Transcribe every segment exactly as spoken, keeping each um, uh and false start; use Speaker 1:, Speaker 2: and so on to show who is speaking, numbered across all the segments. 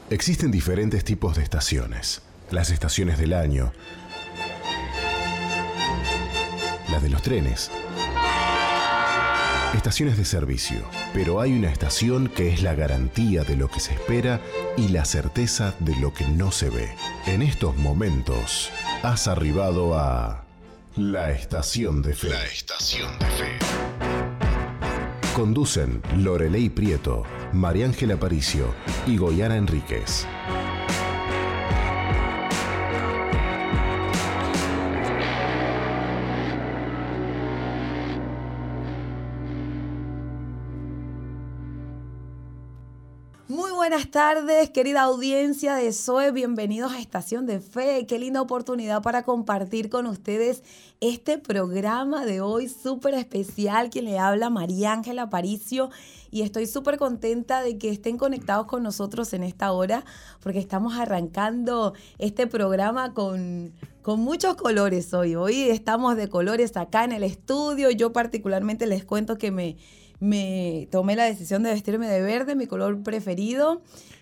Speaker 1: Existen diferentes tipos de estaciones. Las estaciones del año, las de los trenes, estaciones de servicio. Pero hay una estación que es la garantía de lo que se espera y la certeza de lo que no se ve. En estos momentos, has arribado a la Estación de Fe. La Estación de Fe. Conducen Loreley Prieto, María Ángela Aparicio y Goyana Enríquez.
Speaker 2: Muy buenas tardes, querida audiencia de Zoe. Bienvenidos a Estación de Fe. Qué linda oportunidad para compartir con ustedes este programa de hoy súper especial. Quien le habla, María Ángela Aparicio. Y estoy súper contenta de que estén conectados con nosotros en esta hora, porque estamos arrancando este programa con, con muchos colores hoy. Hoy estamos de colores acá en el estudio. Yo particularmente les cuento que me... Me tomé la decisión de vestirme de verde, mi color preferido,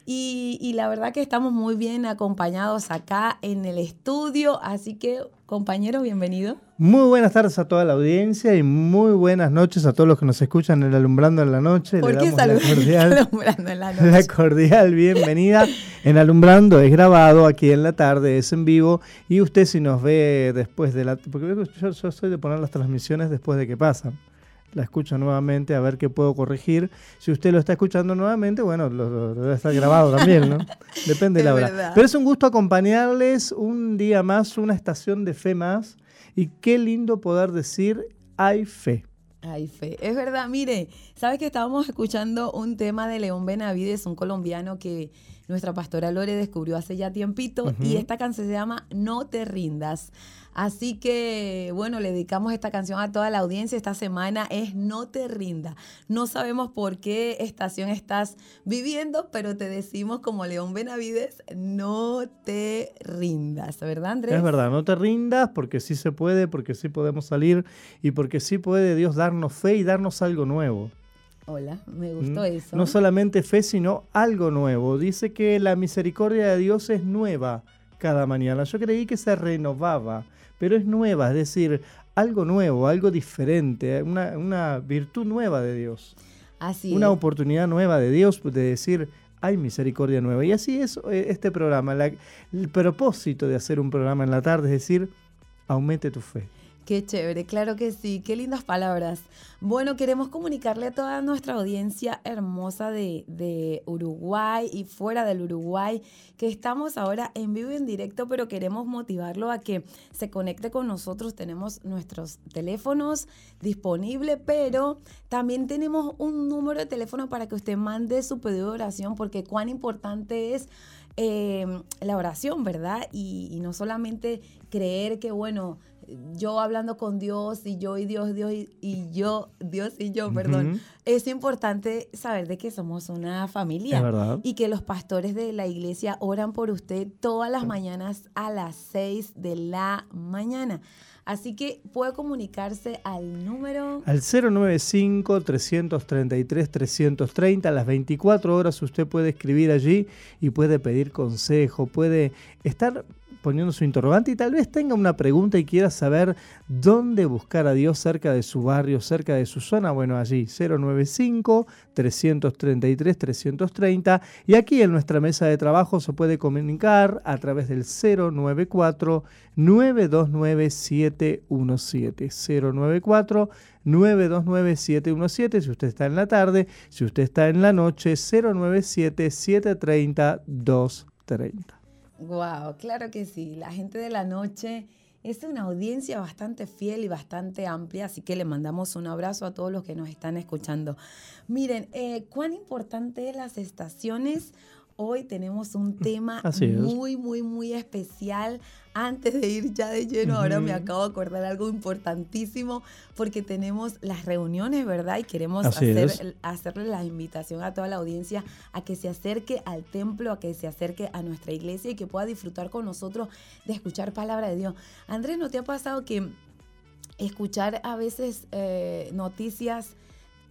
Speaker 2: y, y la verdad que estamos muy bien acompañados acá en el estudio, así que, compañero, bienvenido.
Speaker 3: Muy buenas tardes a toda la audiencia y muy buenas noches a todos los que nos escuchan en Alumbrando en la Noche.
Speaker 2: ¿Por
Speaker 3: Le
Speaker 2: qué
Speaker 3: damos la cordial,
Speaker 2: Alumbrando en la Noche?
Speaker 3: La cordial bienvenida. En Alumbrando es grabado, aquí en la tarde es en vivo, y usted si nos ve después de la... Porque yo, yo soy de poner las transmisiones después de que pasan. La escucho nuevamente a ver qué puedo corregir. Si usted lo está escuchando nuevamente, bueno, lo, lo, lo debe estar grabado también, ¿no? Depende de la hora. Verdad. Pero es un gusto acompañarles un día más, una estación de fe más. Y qué lindo poder decir, hay fe.
Speaker 2: Hay fe. Es verdad, mire, ¿sabes que estábamos escuchando un tema de León Benavides, un colombiano que nuestra pastora Lore descubrió hace ya tiempito? Uh-huh. Y esta canción se llama No te rindas. Así que, bueno, le dedicamos esta canción a toda la audiencia. Esta semana es No te rindas. No sabemos por qué estación estás viviendo, pero te decimos como León Benavides, no te rindas, ¿verdad, Andrés?
Speaker 3: Es verdad, no te rindas, porque sí se puede, porque sí podemos salir y porque sí puede Dios darnos fe y darnos algo nuevo.
Speaker 2: Hola, me gustó eso.
Speaker 3: No solamente fe, sino algo nuevo. Dice que la misericordia de Dios es nueva cada mañana. Yo creí que se renovaba, pero es nueva, es decir, algo nuevo, algo diferente, una, una virtud nueva de Dios.
Speaker 2: Así
Speaker 3: una
Speaker 2: es.
Speaker 3: Oportunidad nueva de Dios de decir, hay misericordia nueva. Y así es este programa. La, el propósito de hacer un programa en la tarde es decir, aumente tu fe.
Speaker 2: Qué chévere, claro que sí, qué lindas palabras. Bueno, queremos comunicarle a toda nuestra audiencia hermosa de, de Uruguay y fuera del Uruguay que estamos ahora en vivo y en directo, pero queremos motivarlo a que se conecte con nosotros. Tenemos nuestros teléfonos disponibles, pero también tenemos un número de teléfono para que usted mande su pedido de oración, porque cuán importante es eh, la oración, ¿verdad? Y, y no solamente creer que, bueno, yo hablando con Dios y yo y Dios, Dios y, y yo, Dios y yo, perdón. Uh-huh. Es importante saber de que somos una familia.
Speaker 3: Es verdad.
Speaker 2: Y que los pastores de la iglesia oran por usted todas las mañanas a las seis de la mañana. Así que puede comunicarse al número...
Speaker 3: Al cero nueve cinco, tres tres tres, tres tres cero. A las veinticuatro horas usted puede escribir allí y puede pedir consejo, puede estar poniendo su interrogante y tal vez tenga una pregunta y quiera saber dónde buscar a Dios cerca de su barrio, cerca de su zona. Bueno, allí cero nueve cinco, tres tres tres, tres tres cero. Y aquí en nuestra mesa de trabajo se puede comunicar a través del cero nueve cuatro, nueve dos nueve, siete uno siete. cero nueve cuatro, nueve dos nueve, siete uno siete. Si usted está en la tarde, si usted está en la noche, cero nueve siete, siete tres cero, dos tres cero.
Speaker 2: Wow, claro que sí. La gente de la noche es una audiencia bastante fiel y bastante amplia, así que le mandamos un abrazo a todos los que nos están escuchando. Miren, eh, cuán importante es las estaciones. Hoy tenemos un tema muy, muy, muy especial. Antes de ir ya de lleno, uh-huh. ahora me acabo de acordar algo importantísimo, porque tenemos las reuniones, ¿verdad? Y queremos hacer, hacerle la invitación a toda la audiencia a que se acerque al templo, a que se acerque a nuestra iglesia y que pueda disfrutar con nosotros de escuchar palabra de Dios. Andrés, ¿no te ha pasado que escuchar a veces eh, noticias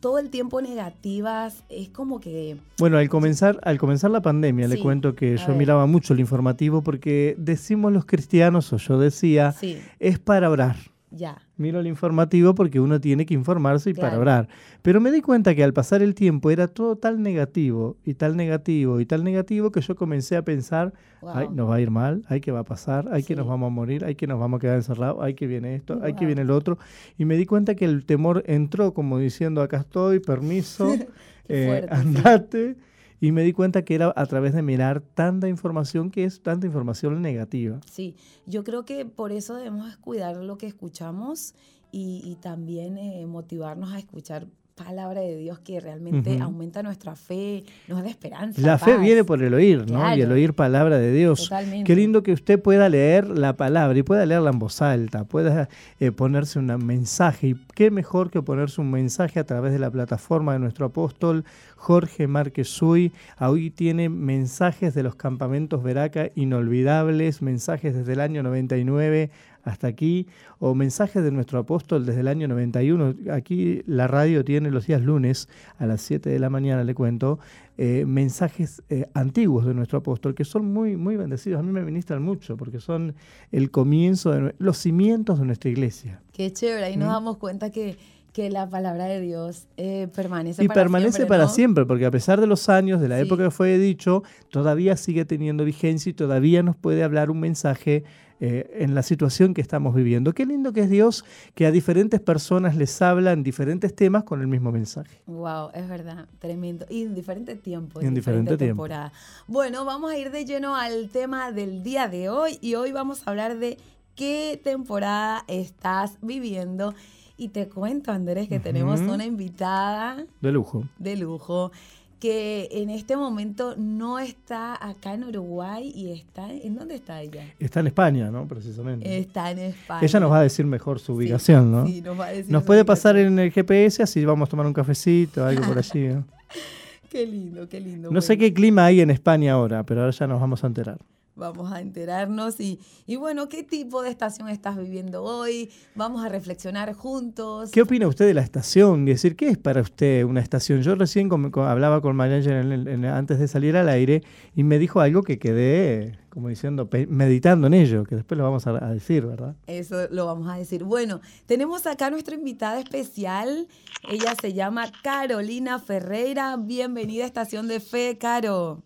Speaker 2: todo el tiempo negativas, es como que...
Speaker 3: Bueno, al comenzar, al comenzar la pandemia, sí, le cuento que yo ver. miraba mucho el informativo porque decimos los cristianos, o yo decía, sí. es para orar.
Speaker 2: Ya.
Speaker 3: Miro el informativo porque uno tiene que informarse y claro. para orar. Pero me di cuenta que al pasar el tiempo era todo tan negativo y tal negativo y tal negativo que yo comencé a pensar, wow. ay, nos va a ir mal, ay, ¿qué va a pasar? Ay, sí. que nos vamos a morir, ay, que nos vamos a quedar encerrados, ay, que viene esto, wow. ay, que viene el otro. Y me di cuenta que el temor entró como diciendo, acá estoy, permiso, eh, fuerte, andate. Sí. Y me di cuenta que era a través de mirar tanta información que es tanta información negativa.
Speaker 2: Sí, yo creo que por eso debemos cuidar lo que escuchamos y, y también eh, motivarnos a escuchar palabra de Dios que realmente uh-huh. aumenta nuestra fe, nos da esperanza.
Speaker 3: La paz. Fe viene por el oír, ¿no? Claro. Y el oír palabra de Dios.
Speaker 2: Totalmente.
Speaker 3: Qué lindo que usted pueda leer la palabra y pueda leerla en voz alta, pueda eh, ponerse un mensaje. Y qué mejor que ponerse un mensaje a través de la plataforma de nuestro apóstol Jorge Márquez Suy. Hoy tiene mensajes de los campamentos Veraca inolvidables, mensajes desde el año noventa y nueve hasta aquí, o mensajes de nuestro apóstol desde el año noventa y uno. Aquí la radio tiene los días lunes a las siete de la mañana, le cuento, eh, mensajes eh, antiguos de nuestro apóstol que son muy, muy bendecidos. A mí me ministran mucho porque son el comienzo, de los cimientos de nuestra iglesia.
Speaker 2: Qué chévere, ahí ¿Mm? nos damos cuenta que que la palabra de Dios eh, permanece
Speaker 3: y
Speaker 2: para
Speaker 3: permanece
Speaker 2: siempre,
Speaker 3: para
Speaker 2: ¿no?
Speaker 3: siempre, porque a pesar de los años, de la sí. época que fue dicho, todavía sigue teniendo vigencia y todavía nos puede hablar un mensaje eh, en la situación que estamos viviendo. Qué lindo que es Dios, que a diferentes personas les habla en diferentes temas con el mismo mensaje.
Speaker 2: Wow, es verdad, tremendo. Y en diferentes tiempos,
Speaker 3: en, en diferentes
Speaker 2: temporadas. Bueno, vamos a ir de lleno al tema del día de hoy y hoy vamos a hablar de qué temporada estás viviendo. Y te cuento, Andrés, que uh-huh. tenemos una invitada
Speaker 3: de lujo.
Speaker 2: De lujo, que en este momento no está acá en Uruguay y está... ¿En dónde está ella?
Speaker 3: Está en España, ¿no? Precisamente.
Speaker 2: Está en España.
Speaker 3: Ella nos va a decir mejor su ubicación,
Speaker 2: sí,
Speaker 3: ¿no?
Speaker 2: Sí, nos va a decir
Speaker 3: Nos puede pasar en el G P S, así vamos a tomar un cafecito, algo por allí, ¿no?
Speaker 2: Qué lindo, qué lindo.
Speaker 3: No
Speaker 2: bueno.
Speaker 3: sé qué clima hay en España ahora, pero ahora ya nos vamos a enterar.
Speaker 2: Vamos a enterarnos y, y bueno, ¿qué tipo de estación estás viviendo hoy? Vamos a reflexionar juntos.
Speaker 3: ¿Qué opina usted de la estación? Es decir, ¿qué es para usted una estación? Yo recién con, con, hablaba con Mariana en el, en, antes de salir al aire y me dijo algo que quedé, como diciendo, meditando en ello, que después lo vamos a, a decir, ¿verdad?
Speaker 2: Eso lo vamos a decir. Bueno, tenemos acá a nuestra invitada especial. Ella se llama Carolina Ferreira. Bienvenida a Estación de Fe, Caro.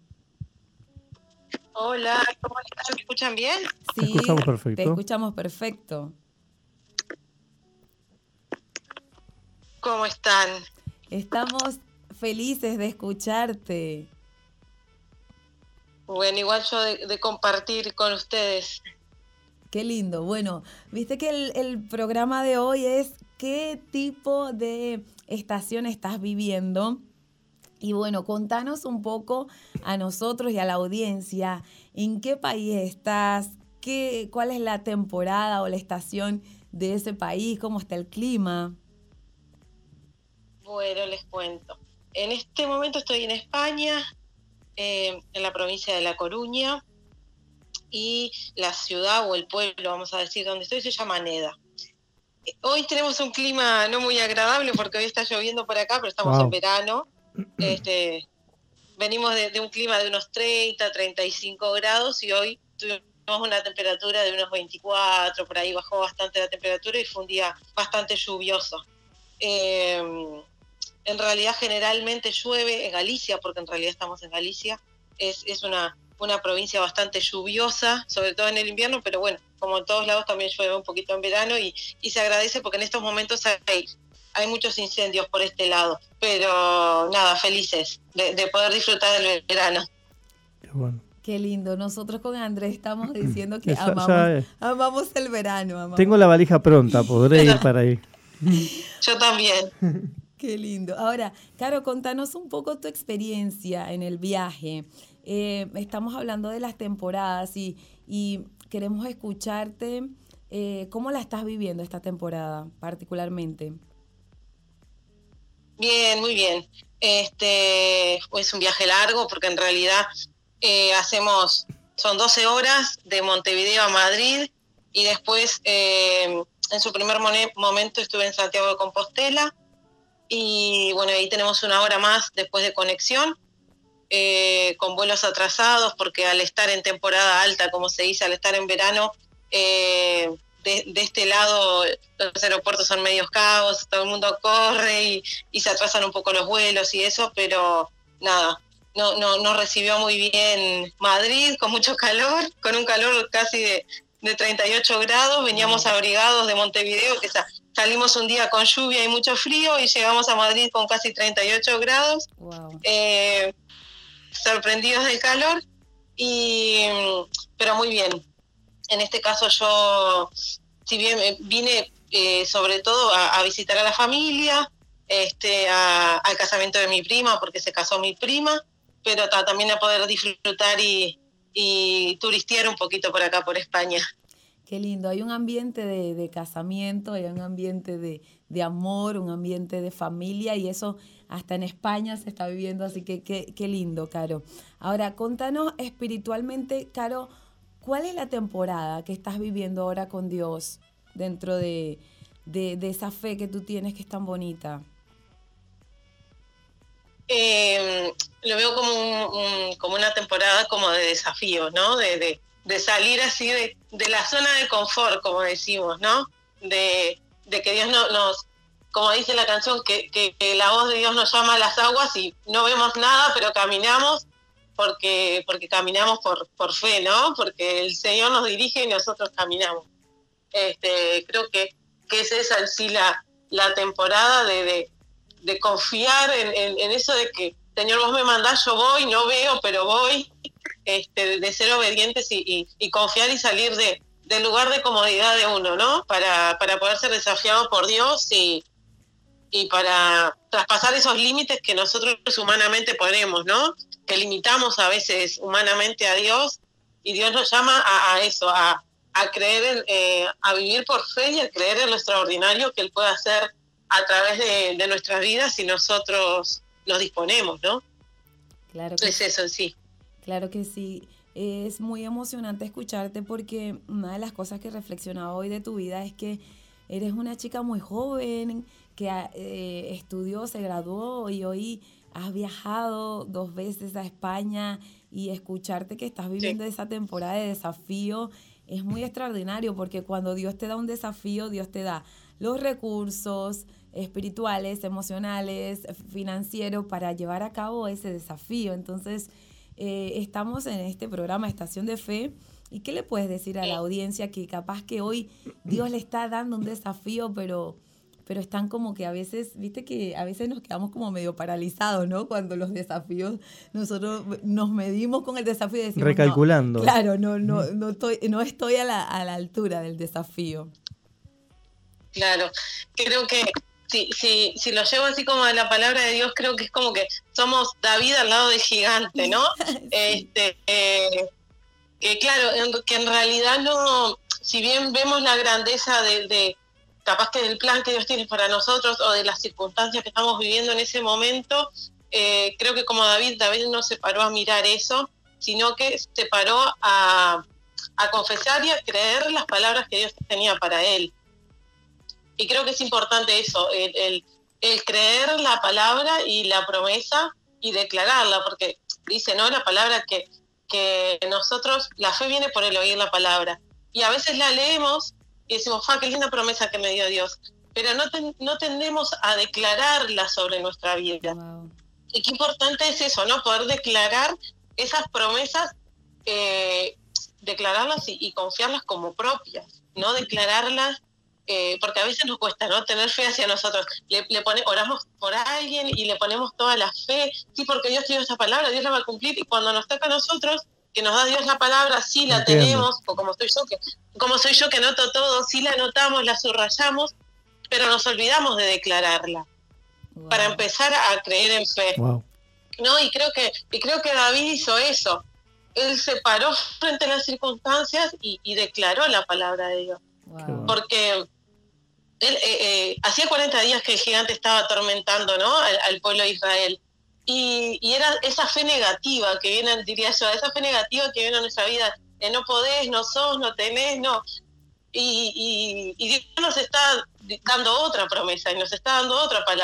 Speaker 4: Hola, ¿cómo están? ¿Me escuchan bien?
Speaker 2: Sí,
Speaker 3: te escuchamos perfecto.
Speaker 2: Te escuchamos perfecto.
Speaker 4: ¿Cómo están?
Speaker 2: Estamos felices de escucharte.
Speaker 4: Bueno, igual yo de, de compartir con ustedes.
Speaker 2: Qué lindo. Bueno, viste que el, el programa de hoy es ¿qué tipo de estación estás viviendo? Y bueno, contanos un poco a nosotros y a la audiencia, ¿en qué país estás? ¿Qué, cuál es la temporada o la estación de ese país? ¿Cómo está el clima?
Speaker 4: Bueno, les cuento. En este momento estoy en España, eh, en la provincia de La Coruña, y la ciudad o el pueblo, vamos a decir, donde estoy se llama Neda. Hoy tenemos un clima no muy agradable porque hoy está lloviendo por acá, pero estamos wow. en verano. Este, venimos de, de un clima de unos treinta, treinta y cinco grados y hoy tuvimos una temperatura de unos veinticuatro, por ahí bajó bastante la temperatura y fue un día bastante lluvioso. Eh, en realidad generalmente llueve en Galicia, porque en realidad estamos en Galicia, es, es una, una provincia bastante lluviosa, sobre todo en el invierno, pero bueno, como en todos lados también llueve un poquito en verano y, y se agradece porque en estos momentos hay... Hay muchos incendios por este lado, pero nada, felices de, de poder disfrutar del verano.
Speaker 3: Qué bueno.
Speaker 2: Qué lindo. Nosotros con Andrés estamos diciendo que Esa, amamos, amamos el verano. Amamos.
Speaker 3: Tengo la valija pronta, podré ir para ahí.
Speaker 4: Yo también.
Speaker 2: Qué lindo. Ahora, Caro, contanos un poco tu experiencia en el viaje. Eh, estamos hablando de las temporadas y, y queremos escucharte. Eh, ¿Cómo la estás viviendo esta temporada particularmente?
Speaker 4: Bien, muy bien. Este es un viaje largo porque en realidad eh, hacemos, son doce horas de Montevideo a Madrid y después eh, en su primer momento estuve en Santiago de Compostela y bueno, ahí tenemos una hora más después de conexión, eh, con vuelos atrasados, porque al estar en temporada alta, como se dice, al estar en verano, eh, de, de este lado los aeropuertos son medios caos, todo el mundo corre y, y se atrasan un poco los vuelos y eso, pero nada, no, no, no recibió muy bien Madrid, con mucho calor, con un calor casi de, de treinta y ocho grados, veníamos abrigados de Montevideo, que sa- salimos un día con lluvia y mucho frío, y llegamos a Madrid con casi treinta y ocho grados,
Speaker 2: Wow.
Speaker 4: eh, sorprendidos del calor, y, pero muy bien. En este caso yo, si bien vine eh, sobre todo a, a visitar a la familia, este, a, al casamiento de mi prima, porque se casó mi prima, pero ta, también a poder disfrutar y, y turistear un poquito por acá, por España.
Speaker 2: Qué lindo, hay un ambiente de, de casamiento, hay un ambiente de, de amor, un ambiente de familia, y eso hasta en España se está viviendo, así que qué, qué lindo, Caro. Ahora, contanos espiritualmente, Caro, ¿cuál es la temporada que estás viviendo ahora con Dios dentro de, de, de esa fe que tú tienes que es tan bonita?
Speaker 4: Eh, lo veo como, un, un, como una temporada como de desafíos, ¿no? De, de, de salir así de, de la zona de confort, como decimos, ¿no? De, de que Dios no, nos, como dice la canción, que, que, que la voz de Dios nos llama a las aguas y no vemos nada, pero caminamos porque, porque caminamos por, por fe, ¿no? Porque el Señor nos dirige y nosotros caminamos. Este, creo que, que es esa en sí la, la temporada de... de de confiar en, en, en eso de que, Señor, vos me mandás, yo voy, no veo, pero voy, este, de ser obedientes y, y, y confiar y salir de, del lugar de comodidad de uno, ¿no? Para, para poder ser desafiado por Dios y, y para traspasar esos límites que nosotros humanamente ponemos, ¿no? Que limitamos a veces humanamente a Dios, y Dios nos llama a, a eso, a, a creer, en, eh, a vivir por fe y a creer en lo extraordinario que Él puede hacer a través de, de nuestras vidas si nosotros nos disponemos, ¿no?
Speaker 2: Claro que
Speaker 4: es eso en sí.
Speaker 2: Claro que sí. Es muy emocionante escucharte, porque una de las cosas que reflexionaba hoy de tu vida es que eres una chica muy joven, que eh, estudió, se graduó, y hoy has viajado dos veces a España, y escucharte que estás viviendo sí. esa temporada de desafío es muy extraordinario, porque cuando Dios te da un desafío, Dios te da los recursos espirituales, emocionales, financieros para llevar a cabo ese desafío. Entonces, eh, estamos en este programa Estación de Fe, ¿y qué le puedes decir a la audiencia que capaz que hoy Dios le está dando un desafío, pero, pero están como que a veces, viste que a veces nos quedamos como medio paralizados, ¿no? Cuando los desafíos, nosotros nos medimos con el desafío y decimos,
Speaker 3: recalculando.
Speaker 2: No, claro, no, no, no estoy, no estoy a la, a la altura del desafío.
Speaker 4: Claro, creo que si, si, si lo llevo así como a la palabra de Dios, creo que es como que somos David al lado del gigante, ¿no? Sí. Este, eh, que claro, en, que en realidad no, si bien vemos la grandeza de, de capaz que del plan que Dios tiene para nosotros o de las circunstancias que estamos viviendo en ese momento, eh, creo que como David, David no se paró a mirar eso, sino que se paró a, a confesar y a creer las palabras que Dios tenía para él. Y creo que es importante eso, el, el, el creer la palabra y la promesa y declararla, porque dice, ¿no? La palabra que, que nosotros, la fe viene por el oír la palabra. Y a veces la leemos y decimos, ¡ah, qué linda promesa que me dio Dios! Pero no, ten, no tendemos a declararla sobre nuestra vida. Wow. Y qué importante es eso, ¿no? Poder declarar esas promesas, eh, declararlas y, y confiarlas como propias, no declararlas. Eh, porque a veces nos cuesta, ¿no? Tener fe hacia nosotros. Le, le pone, oramos por alguien y le ponemos toda la fe. Sí, porque Dios dio esa palabra, Dios la va a cumplir. Y cuando nos toca a nosotros, que nos da Dios la palabra, sí la Entiendo. tenemos, o como soy yo, que como soy yo que noto todo, sí la anotamos, la subrayamos, pero nos olvidamos de declararla. Wow. Para empezar a creer en fe.
Speaker 3: Wow.
Speaker 4: ¿No? Y creo que, y creo que David hizo eso. Él se paró frente a las circunstancias y, y declaró la palabra de Dios. Wow. Porque él, eh, eh, hacía cuarenta días que el gigante estaba atormentando, ¿no? al, al pueblo de Israel. Y, y era esa fe negativa que viene, diría yo, esa fe negativa que viene a nuestra vida, de no podés, no sos, no tenés, no. Y, y, y Dios nos está dando otra promesa y nos está dando otra palabra.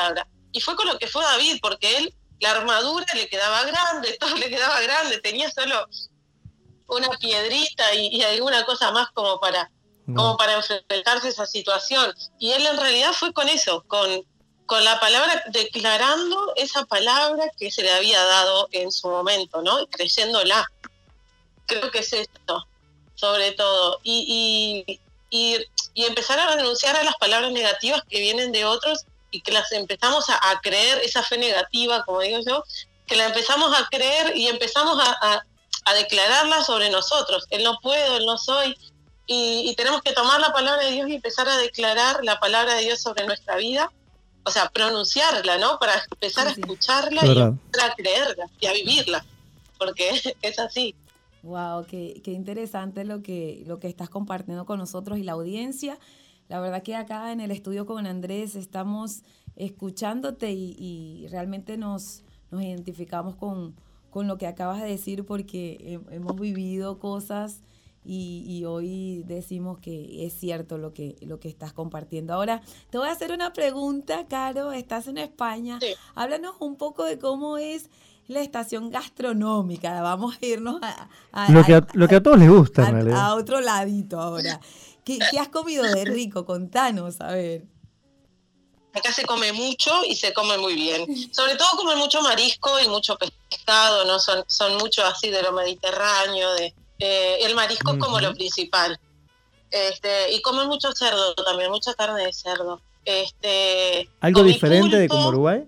Speaker 4: Y fue con lo que fue David, porque él, la armadura le quedaba grande, todo le quedaba grande, tenía solo una piedrita y, y alguna cosa más como para, no. como para enfrentarse a esa situación. Y él en realidad fue con eso, con, con la palabra, declarando esa palabra que se le había dado en su momento, ¿no? Creyéndola. Creo que es esto, sobre todo. Y, y, y, y empezar a renunciar a las palabras negativas que vienen de otros y que las empezamos a, a creer, esa fe negativa, como digo yo, que la empezamos a creer y empezamos a, a, a declararla sobre nosotros. El no puedo, el no soy. Y, y tenemos que tomar la palabra de Dios y empezar a declarar la palabra de Dios sobre nuestra vida. O sea, pronunciarla, ¿no? Para empezar sí, sí. a escucharla y empezar a creerla y a vivirla. Porque es así.
Speaker 2: Wow, qué, qué interesante lo que, lo que estás compartiendo con nosotros y la audiencia. La verdad que acá en el estudio con Andrés estamos escuchándote y, y realmente nos, nos identificamos con, con lo que acabas de decir porque he, hemos vivido cosas y, y hoy decimos que es cierto lo que, lo que estás compartiendo. Ahora, te voy a hacer una pregunta, Caro. Estás en España. Sí. Háblanos un poco de cómo es la estación gastronómica. Vamos a irnos a, a,
Speaker 3: lo, que a, a, lo que a todos les gusta.
Speaker 2: A, a otro ladito ahora. ¿Qué, ¿Qué has comido de rico? Contanos, a ver.
Speaker 4: Acá se come mucho y se come muy bien. Sobre todo comen mucho marisco y mucho pescado, ¿no? Son, son mucho así de lo mediterráneo. De, eh, el marisco uh-huh. es como lo principal. Este, y comen mucho cerdo también, mucha carne de cerdo. Este,
Speaker 3: ¿Algo diferente pulpo, de como Uruguay?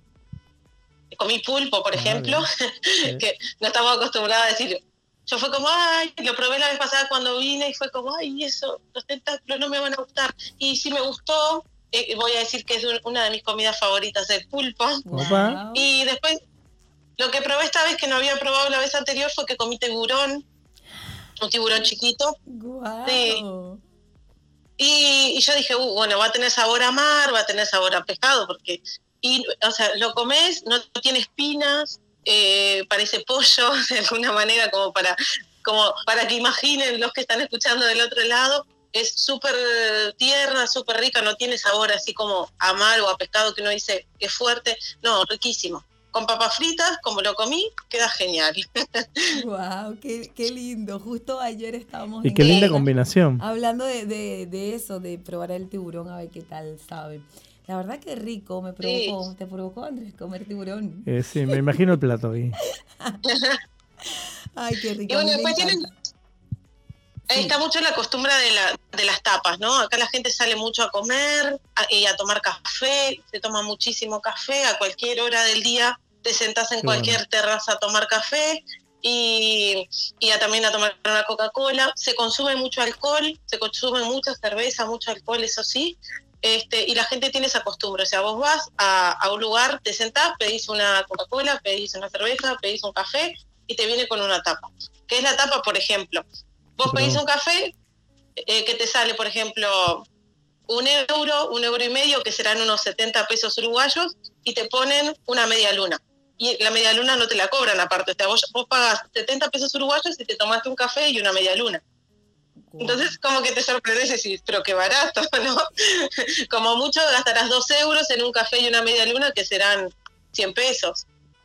Speaker 4: Comí pulpo, por ah, ejemplo, que no estamos acostumbrados a decir. Yo fue como, ay, lo probé la vez pasada cuando vine y fue como, ay, eso, los tentáculos no me van a gustar. Y si me gustó, eh, voy a decir que es una de mis comidas favoritas, el pulpo.
Speaker 2: Wow.
Speaker 4: Y después, lo que probé esta vez que no había probado la vez anterior fue que comí tiburón, un tiburón chiquito.
Speaker 2: Wow.
Speaker 4: Sí. Y, y yo dije, uh, bueno, va a tener sabor a mar, va a tener sabor a pescado, porque, y, o sea, lo comes, no tiene espinas, Eh, parece pollo de alguna manera como para como para que imaginen los que están escuchando del otro lado. Es súper tierna, súper rica, no tiene sabor así como a mar o a pescado que uno dice que es fuerte. No, riquísimo. Con papas fritas, como lo comí, queda genial.
Speaker 2: Wow, qué, qué lindo. Justo ayer estábamos
Speaker 3: y qué linda combinación.
Speaker 2: Hablando de, de, de eso, de probar el tiburón, a ver qué tal sabe. La verdad que rico, me provocó, sí. ¿Te provocó, Andrés, comer tiburón?
Speaker 3: Eh, sí, me imagino el plato ahí.
Speaker 2: Ay, qué rico.
Speaker 4: Y bueno, después tienen, sí. Está mucho la costumbre de, la, de las tapas, ¿no? Acá la gente sale mucho a comer a, y a tomar café, se toma muchísimo café, a cualquier hora del día te sentás en qué cualquier bueno. terraza a tomar café y, y a, también a tomar una Coca-Cola. Se consume mucho alcohol, se consume mucha cerveza, mucho alcohol, eso sí. Este, y la gente tiene esa costumbre, o sea, vos vas a, a un lugar, te sentás, pedís una Coca-Cola, pedís una cerveza, pedís un café y te viene con una tapa. ¿Qué es la tapa, por ejemplo? Vos pedís un café eh, que te sale, por ejemplo, un euro, un euro y medio, que serán unos setenta pesos uruguayos, y te ponen una media luna. Y la media luna no te la cobran aparte, o sea, vos, vos pagás setenta pesos uruguayos y te tomaste un café y una media luna. Entonces, como que te sorprendes y decís, pero qué barato, ¿no? Como mucho gastarás dos euros en un café y una media luna, que serán cien pesos.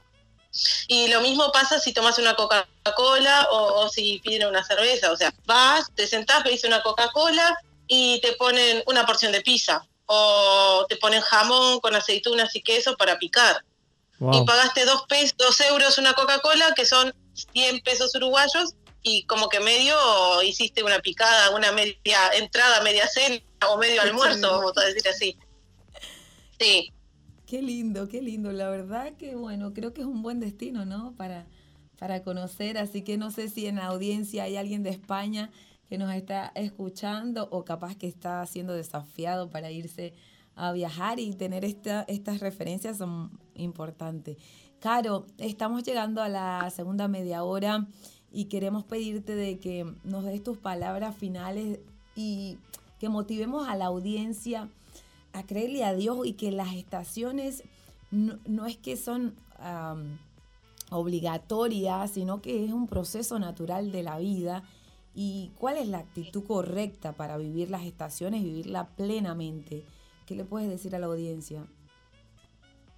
Speaker 4: Y lo mismo pasa si tomas una Coca-Cola o, o si piden una cerveza. O sea, vas, te sentás, pedís una Coca-Cola y te ponen una porción de pizza. O te ponen jamón con aceitunas y queso para picar. Wow. Y pagaste dos, pesos, dos euros una Coca-Cola, que son cien pesos uruguayos, y como que medio hiciste una picada, una media entrada, media cena o medio almuerzo, vamos a decir así. Sí.
Speaker 2: Qué lindo, qué lindo. La verdad que, bueno, creo que es un buen destino, ¿no? Para, para conocer. Así que no sé si en la audiencia hay alguien de España que nos está escuchando o capaz que está siendo desafiado para irse a viajar y tener esta, estas referencias son importantes. Caro, estamos llegando a la segunda media hora y queremos pedirte de que nos des tus palabras finales y que motivemos a la audiencia a creerle a Dios y que las estaciones no, no es que son um, obligatorias, sino que es un proceso natural de la vida. ¿Y cuál es la actitud correcta para vivir las estaciones y vivirla plenamente? ¿Qué le puedes decir a la audiencia?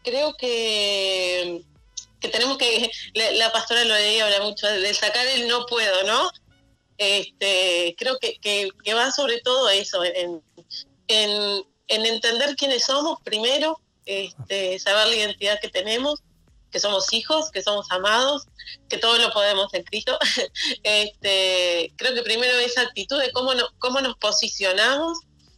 Speaker 4: creo que, que tenemos que, la, la pastora Lorelei habla mucho de, de sacar el no puedo, ¿no? Este, creo que, que, que va sobre todo eso, en, en, en entender quiénes somos primero, este, saber la identidad que tenemos, que somos hijos, que somos amados, que todo lo podemos en Cristo. Este, creo que primero esa actitud de cómo, no, cómo nos posicionamos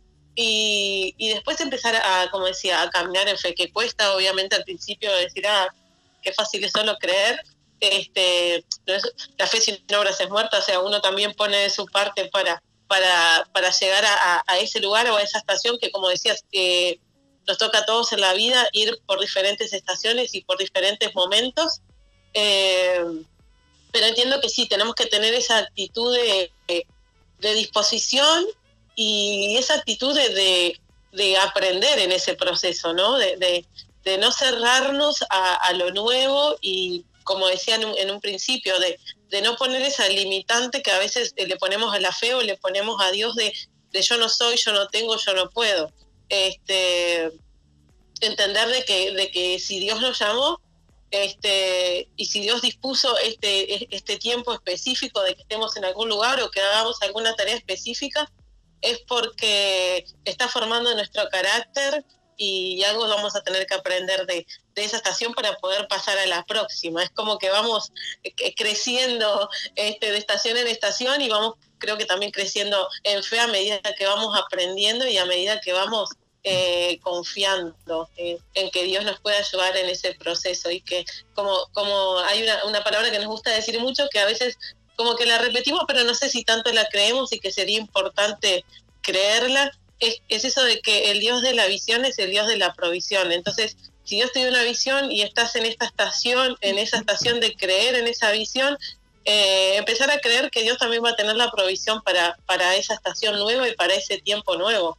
Speaker 4: y, y después empezar a, como decía, a caminar en fe, que cuesta obviamente al principio decir, ah, qué fácil es solo creer. Este, la fe sin obras es muerta, o sea, uno también pone de su parte para, para, para llegar a, a ese lugar o a esa estación que, como decías, eh, nos toca a todos en la vida ir por diferentes estaciones y por diferentes momentos, eh, pero entiendo que sí, tenemos que tener esa actitud de, de disposición y esa actitud de, de, de aprender en ese proceso, ¿no? De, de, de no cerrarnos a, a lo nuevo y, como decía en un, en un principio, de, de no poner esa limitante que a veces le ponemos a la fe o le ponemos a Dios de, de yo no soy, yo no tengo, yo no puedo. Este, entender de que, de que si Dios nos llamó este, y si Dios dispuso este, este tiempo específico de que estemos en algún lugar o que hagamos alguna tarea específica, es porque está formando nuestro carácter y algo vamos a tener que aprender de, de esa estación para poder pasar a la próxima. Es como que vamos creciendo este, de estación en estación y vamos, creo que también creciendo en fe a medida que vamos aprendiendo y a medida que vamos eh, confiando eh, en que Dios nos puede ayudar en ese proceso. Y que como, como hay una, una palabra que nos gusta decir mucho, que a veces como que la repetimos, pero no sé si tanto la creemos y que sería importante creerla, Es, es eso de que el Dios de la visión es el Dios de la provisión. Entonces, si Dios te dio una visión y estás en esta estación, en esa estación de creer en esa visión, eh, empezar a creer que Dios también va a tener la provisión para, para esa estación nueva y para ese tiempo nuevo.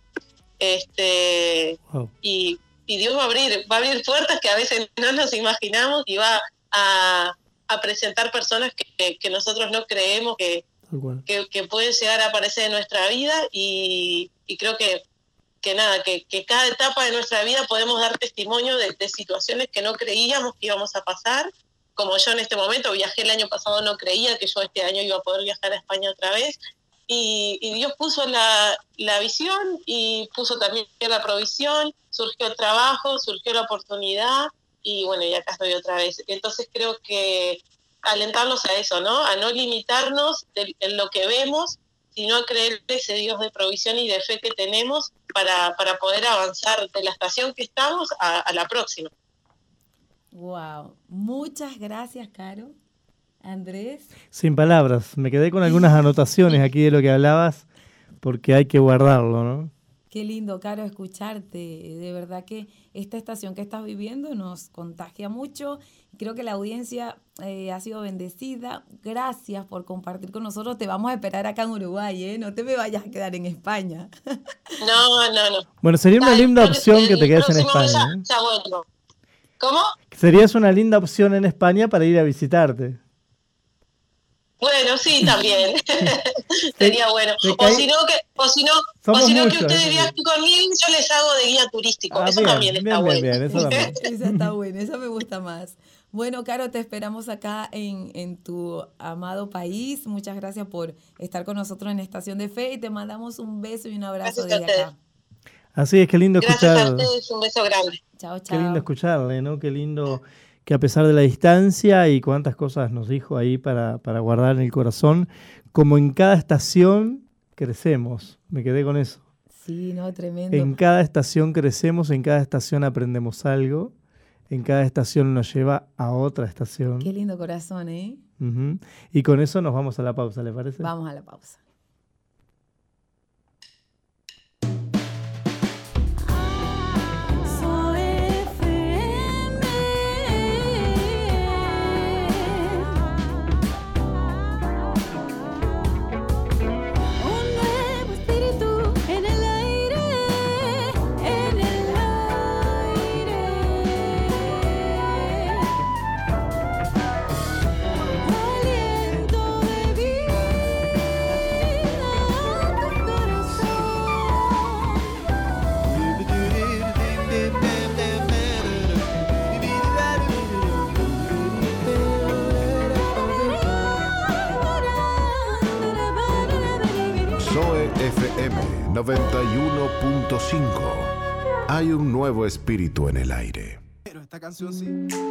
Speaker 4: Este, wow. y, y Dios va a abrir, va a abrir puertas que a veces no nos imaginamos y va a, a presentar personas que, que nosotros no creemos que Que, que pueden llegar a aparecer en nuestra vida y, y creo que, que nada, que, que cada etapa de nuestra vida podemos dar testimonio de, de situaciones que no creíamos que íbamos a pasar, como yo en este momento viajé el año pasado, no creía que yo este año iba a poder viajar a España otra vez y, y Dios puso la, la visión y puso también la provisión, surgió el trabajo, surgió la oportunidad y bueno, y acá estoy otra vez. Entonces creo que alentarnos a eso, ¿no? A no limitarnos de, en lo que vemos, sino a creer ese Dios de provisión y de fe que tenemos para, para poder avanzar de la estación que estamos a, a la próxima.
Speaker 2: Wow, muchas gracias, Caro. Andrés.
Speaker 3: Sin palabras, me quedé con algunas anotaciones aquí de lo que hablabas, porque hay que guardarlo, ¿no?
Speaker 2: Qué lindo, Caro, escucharte. De verdad que esta estación que estás viviendo nos contagia mucho. Creo que la audiencia eh, ha sido bendecida. Gracias por compartir con nosotros. Te vamos a esperar acá en Uruguay, ¿eh? No te me vayas a quedar en España.
Speaker 4: No, no, no.
Speaker 3: Bueno, sería una linda opción que te quedes en España.
Speaker 4: Ya, ya vuelvo. ¿Cómo?
Speaker 3: Serías una linda opción en España para ir a visitarte.
Speaker 4: Bueno, sí, también. Sería bueno. O si no, que, o si no, o si no muchos, que ustedes viajen conmigo, yo les hago de guía turístico. Ah, eso bien, también está bien, bueno. Bien, bien, eso también.
Speaker 2: Esa está buena, esa me gusta más. Bueno, Caro, te esperamos acá en, en tu amado país. Muchas gracias por estar con nosotros en Estación de Fe y te mandamos un beso y un abrazo desde acá.
Speaker 3: Así es, qué lindo escuchar.
Speaker 4: Gracias a ustedes, un beso grande.
Speaker 2: Chao, chao.
Speaker 3: Qué lindo escucharle, ¿no? Qué lindo que a pesar de la distancia y cuántas cosas nos dijo ahí para, para guardar en el corazón, como en cada estación crecemos. Me quedé con eso.
Speaker 2: Sí, no, tremendo.
Speaker 3: En cada estación crecemos, en cada estación aprendemos algo, en cada estación nos lleva a otra estación.
Speaker 2: Qué lindo corazón, ¿eh?
Speaker 3: Uh-huh. Y con eso nos vamos a la pausa, ¿le parece?
Speaker 2: Vamos a la pausa.
Speaker 1: Zoe F M noventa y uno punto cinco. Hay un nuevo espíritu en el aire.
Speaker 5: Pero esta canción sí.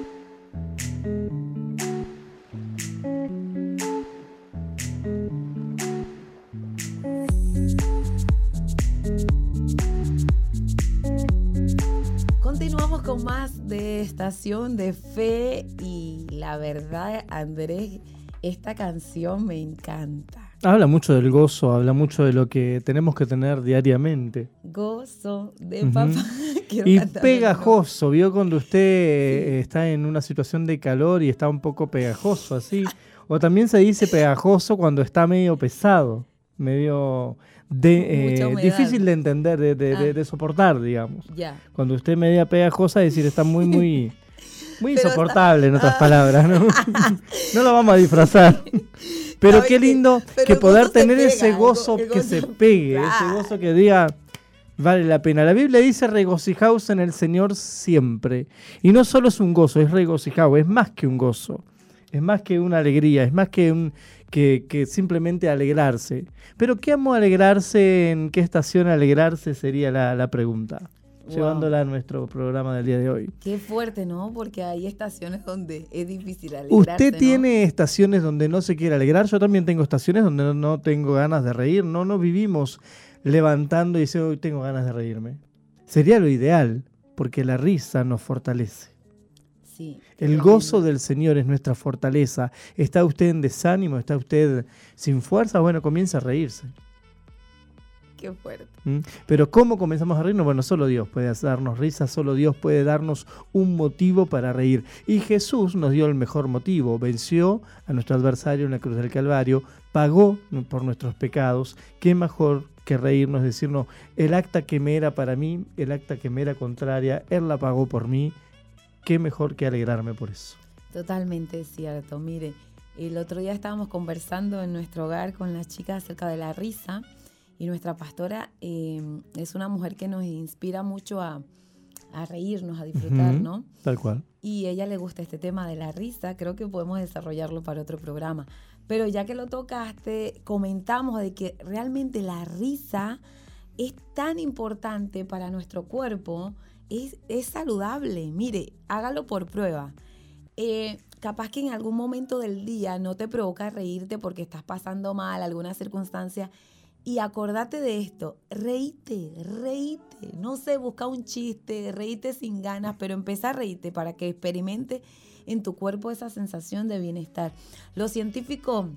Speaker 2: Continuamos con más de Estación de Fe y la verdad, Andrés, esta canción me encanta.
Speaker 3: Habla mucho del gozo, habla mucho de lo que tenemos que tener diariamente.
Speaker 2: Gozo de
Speaker 3: Uh-huh.
Speaker 2: papá.
Speaker 3: Y pegajoso, ¿vio? Cuando usted sí. está en una situación de calor y está un poco pegajoso, así. O también se dice pegajoso cuando está medio pesado, medio de, eh, difícil de entender, de, de, ah. de, de soportar, digamos.
Speaker 2: Ya.
Speaker 3: Cuando usted es media pegajosa, es decir, está muy, muy... Muy insoportable, está... en otras ah. palabras, ¿no? No lo vamos a disfrazar. Pero qué lindo que, pero que poder tener pega, ese gozo, el, el gozo que se pegue, ah. ese gozo que diga, vale la pena. La Biblia dice, regocijaos en el Señor siempre. Y no solo es un gozo, es regocijado, es más que un gozo. Es más que una alegría, es más que, un, que, que simplemente alegrarse. Pero ¿qué amo alegrarse? ¿En qué estación alegrarse? Sería la, la pregunta. Wow. Llevándola a nuestro programa del día de hoy.
Speaker 2: Qué fuerte, ¿no? Porque hay estaciones donde es difícil alegrarse.
Speaker 3: ¿Usted
Speaker 2: ¿no?
Speaker 3: tiene estaciones donde no se quiere alegrar? Yo también tengo estaciones donde no, no tengo ganas de reír. No nos vivimos levantando y diciendo, hoy tengo ganas de reírme. Sería lo ideal, porque la risa nos fortalece.
Speaker 2: Sí,
Speaker 3: el gozo del Señor es nuestra fortaleza. ¿Está usted en desánimo? ¿Está usted sin fuerza? Bueno, comienza a reírse.
Speaker 2: Qué fuerte.
Speaker 3: ¿Mm? Pero ¿cómo comenzamos a reírnos? Bueno, solo Dios puede darnos risa, solo Dios puede darnos un motivo para reír. Y Jesús nos dio el mejor motivo. Venció a nuestro adversario en la cruz del Calvario, pagó por nuestros pecados. ¿Qué mejor que reírnos, decirnos, el acta que me era para mí, el acta que me era contraria, Él la pagó por mí? Qué mejor que alegrarme por eso.
Speaker 2: Totalmente cierto. Mire, el otro día estábamos conversando en nuestro hogar con las chicas acerca de la risa. Y nuestra pastora eh, es una mujer que nos inspira mucho a, a reírnos, a disfrutar, uh-huh, ¿no?
Speaker 3: Tal cual.
Speaker 2: Y a ella le gusta este tema de la risa. Creo que podemos desarrollarlo para otro programa. Pero ya que lo tocaste, comentamos de que realmente la risa es tan importante para nuestro cuerpo, es, es saludable. Mire, hágalo por prueba. Eh, capaz que en algún momento del día no te provoca reírte porque estás pasando mal, alguna circunstancia. Y acordate de esto, reíte, reíte, no sé, busca un chiste, reíte sin ganas, pero empieza a reíte para que experimente en tu cuerpo esa sensación de bienestar. Los científicos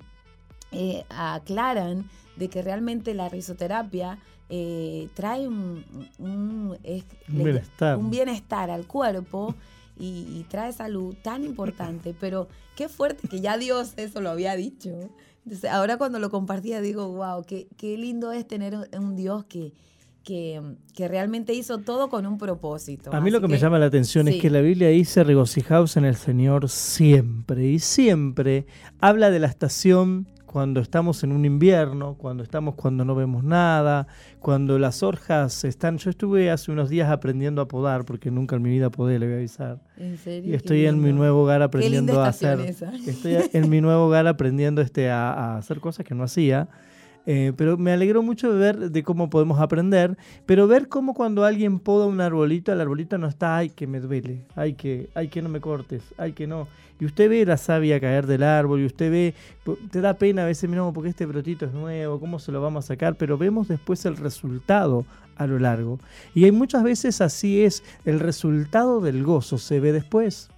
Speaker 2: eh, aclaran de que realmente la risoterapia eh, trae un, un, es,
Speaker 3: un, bienestar.
Speaker 2: un bienestar al cuerpo y, y trae salud tan importante, pero qué fuerte que ya Dios eso lo había dicho. Entonces, ahora cuando lo compartía digo, wow, qué, qué lindo es tener un Dios que, que, que realmente hizo todo con un propósito.
Speaker 3: A mí lo que,
Speaker 2: que
Speaker 3: me llama la atención sí. es que la Biblia dice regocijaos en el Señor siempre. Y siempre habla de la estación cuando estamos en un invierno, cuando estamos cuando no vemos nada, cuando las hojas están... Yo estuve hace unos días aprendiendo a podar, porque nunca en mi vida podé, le voy a avisar.
Speaker 2: ¿En serio?
Speaker 3: Y estoy en mi nuevo hogar aprendiendo a hacer...
Speaker 2: Esa.
Speaker 3: Estoy en mi nuevo hogar aprendiendo este, a, a hacer cosas que no hacía. Eh, pero me alegró mucho de ver de cómo podemos aprender, pero ver cómo cuando alguien poda un arbolito, el arbolito no está, ay que me duele, ay que, ay que no me cortes, ay que no. Y usted ve la savia caer del árbol y usted ve, te da pena a veces, no, porque este brotito es nuevo, ¿cómo se lo vamos a sacar? Pero vemos después el resultado a lo largo. Y hay muchas veces así es, el resultado del gozo se ve después.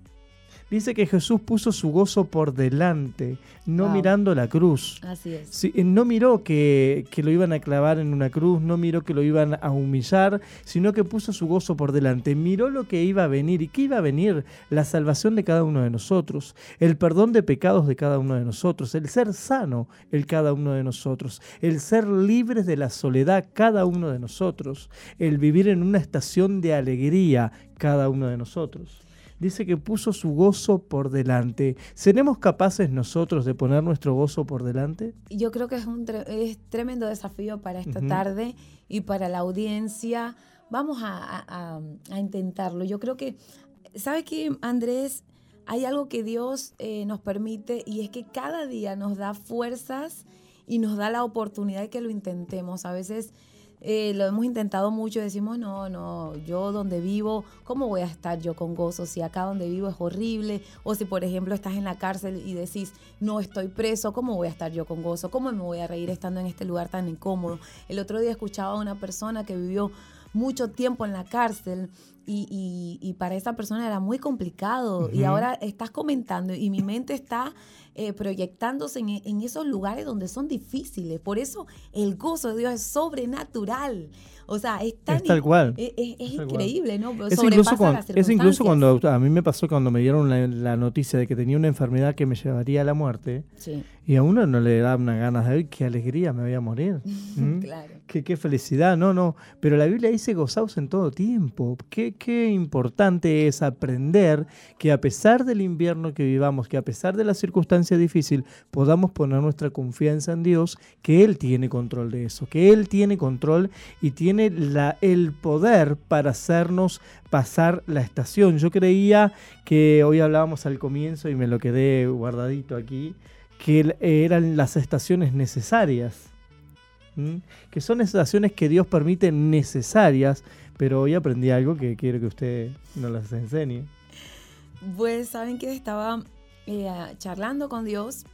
Speaker 3: Dice que Jesús puso su gozo por delante, no wow. mirando la cruz.
Speaker 2: Así es.
Speaker 3: Sí, no miró que, que lo iban a clavar en una cruz, no miró que lo iban a humillar, sino que puso su gozo por delante. Miró lo que iba a venir. ¿Y qué iba a venir? La salvación de cada uno de nosotros, el perdón de pecados de cada uno de nosotros, el ser sano el cada uno de nosotros, el ser libres de la soledad cada uno de nosotros, el vivir en una estación de alegría cada uno de nosotros. Dice que puso su gozo por delante. ¿Seremos capaces nosotros de poner nuestro gozo por delante?
Speaker 2: Yo creo que es un tre- es tremendo desafío para esta uh-huh. tarde y para la audiencia. Vamos a, a, a intentarlo. Yo creo que, ¿sabe qué, Andrés? Hay algo que Dios eh, nos permite y es que cada día nos da fuerzas y nos da la oportunidad de que lo intentemos. A veces eh, lo hemos intentado mucho y decimos, no, no, yo donde vivo, ¿cómo voy a estar yo con gozo si acá donde vivo es horrible? O si, por ejemplo, estás en la cárcel y decís, no estoy preso, ¿cómo voy a estar yo con gozo? ¿Cómo me voy a reír estando en este lugar tan incómodo? El otro día escuchaba a una persona que vivió mucho tiempo en la cárcel y, y, y para esa persona era muy complicado. Uh-huh. Y ahora estás comentando y mi mente está eh, proyectándose en, en esos lugares donde son difíciles. Por eso el gozo de Dios es sobrenatural. O sea, es tan...
Speaker 3: Es tal cual.
Speaker 2: Es, es, es
Speaker 3: tal
Speaker 2: increíble,
Speaker 3: cual.
Speaker 2: ¿no?
Speaker 3: Es
Speaker 2: Sobrepasa
Speaker 3: incluso, cuando,
Speaker 2: las
Speaker 3: es incluso
Speaker 2: circunstancias.
Speaker 3: cuando a mí me pasó cuando me dieron la, la noticia de que tenía una enfermedad que me llevaría a la muerte.
Speaker 2: Sí.
Speaker 3: Y a uno no le da una ganas de, ¡ay, qué alegría, me voy a morir! ¿Mm?
Speaker 2: Claro.
Speaker 3: Qué, qué felicidad, no, no. Pero la Biblia dice gozaos en todo tiempo. Qué, qué importante es aprender que a pesar del invierno que vivamos, que a pesar de la circunstancia difícil, podamos poner nuestra confianza en Dios, que Él tiene control de eso, que Él tiene control y tiene la, el poder para hacernos pasar la estación. Yo creía que hoy hablábamos al comienzo y me lo quedé guardadito aquí, que eran las estaciones necesarias, ¿Mm? que son estaciones que Dios permite necesarias, pero hoy aprendí algo que quiero que usted nos las enseñe.
Speaker 2: Pues saben que estaba eh, charlando con Dios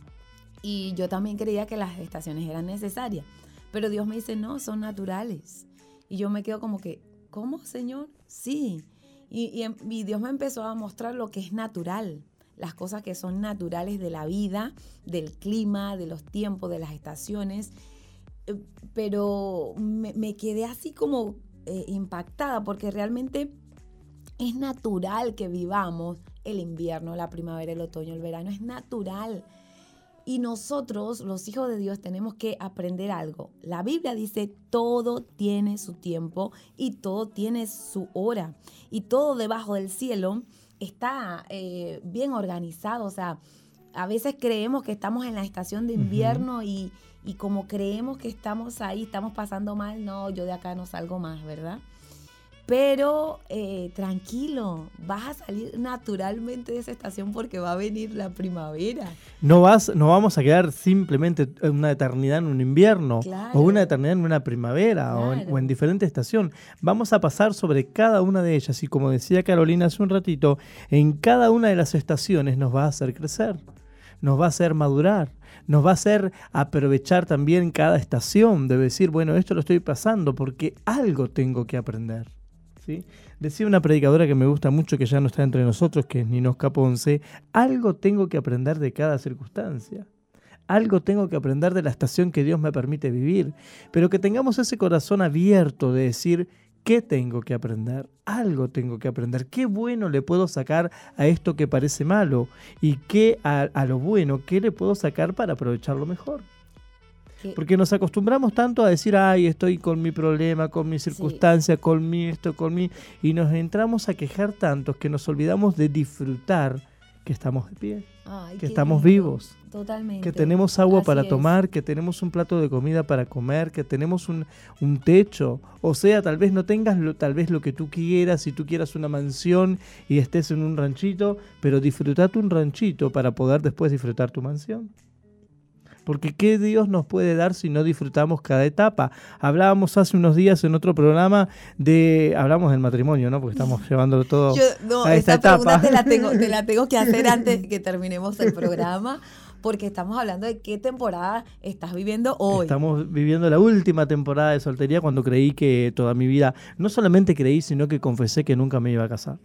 Speaker 2: y yo también creía que las estaciones eran necesarias, pero Dios me dice, no, son naturales. Y yo me quedo como que, ¿cómo, Señor? Sí. Y, y, y Dios me empezó a mostrar lo que es natural. Las cosas que son naturales de la vida, del clima, de los tiempos, de las estaciones. Eh, pero me, me quedé así como eh, impactada porque realmente es natural que vivamos el invierno, la primavera, el otoño, el verano. Es natural. Y nosotros, los hijos de Dios, tenemos que aprender algo. La Biblia dice, todo tiene su tiempo y todo tiene su hora. Y todo debajo del cielo está eh, bien organizado. O sea, a veces creemos que estamos en la estación de invierno uh-huh. y, y como creemos que estamos ahí, estamos pasando mal, no, yo de acá no salgo más, ¿verdad? Pero eh, tranquilo, vas a salir naturalmente de esa estación porque va a venir la primavera.
Speaker 3: No vas, no vamos a quedar simplemente una eternidad en un invierno, claro. o una eternidad en una primavera, claro. o, en, o en diferente estación. Vamos a pasar sobre cada una de ellas y como decía Carolina hace un ratito, en cada una de las estaciones nos va a hacer crecer, nos va a hacer madurar, nos va a hacer aprovechar también cada estación, de decir, bueno, esto lo estoy pasando porque algo tengo que aprender. ¿Sí? Decía una predicadora que me gusta mucho, que ya no está entre nosotros, que es Ninosca Ponce, algo tengo que aprender de cada circunstancia, algo tengo que aprender de la estación que Dios me permite vivir, pero que tengamos ese corazón abierto de decir, ¿qué tengo que aprender? Algo tengo que aprender, ¿qué bueno le puedo sacar a esto que parece malo? Y qué a, a lo bueno, ¿qué le puedo sacar para aprovecharlo mejor? Porque nos acostumbramos tanto a decir, ay, estoy con mi problema, con mi circunstancia, sí. con mi esto, con mi... Y nos entramos a quejar tanto que nos olvidamos de disfrutar que estamos de pie, ay, que estamos lindo. vivos,
Speaker 2: Totalmente.
Speaker 3: que tenemos agua
Speaker 2: Así
Speaker 3: para
Speaker 2: es.
Speaker 3: tomar, que tenemos un plato de comida para comer, que tenemos un, un techo. O sea, tal vez no tengas lo, tal vez lo que tú quieras, si tú quieras una mansión y estés en un ranchito, pero disfrutate un ranchito para poder después disfrutar tu mansión. Porque ¿qué Dios nos puede dar si no disfrutamos cada etapa? Hablábamos hace unos días en otro programa de... Hablamos del matrimonio, ¿no? Porque estamos llevándolo todo
Speaker 2: Yo, no,
Speaker 3: a esta
Speaker 2: esta
Speaker 3: etapa.
Speaker 2: pregunta te la, tengo, te la tengo que hacer antes de que terminemos el programa, porque estamos hablando de qué temporada estás viviendo hoy.
Speaker 3: Estamos viviendo la última temporada de soltería cuando creí que toda mi vida... No solamente creí, sino que confesé que nunca me iba a casar.